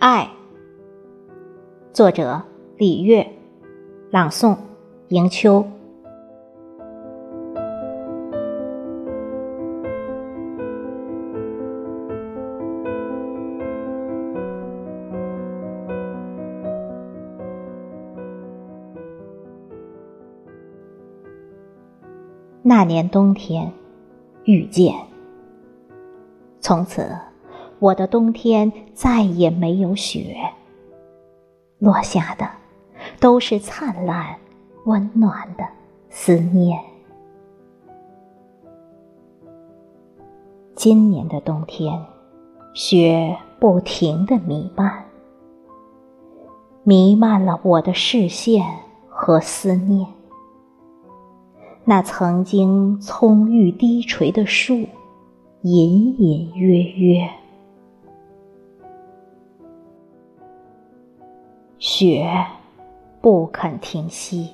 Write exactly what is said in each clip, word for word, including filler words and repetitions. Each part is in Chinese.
爱。作者李悦，朗诵迎秋。那年冬天，遇见。从此，我的冬天再也没有雪，落下的都是灿烂温暖的思念。今年的冬天，雪不停地弥漫，弥漫了我的视线和思念。那曾经葱郁低垂的树，隐隐约约。雪不肯停息，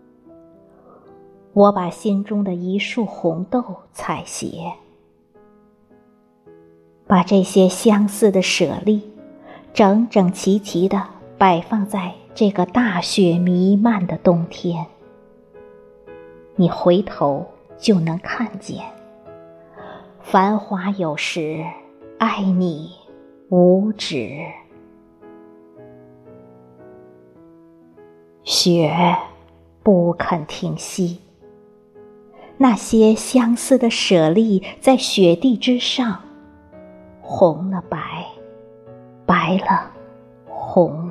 我把心中的一束红豆采撷，把这些相似的舍利整整齐齐地摆放在这个大雪弥漫的冬天。你回头就能看见，繁华有时，爱你无止。雪不肯停息，那些相似的舍利在雪地之上，红了白，白了红。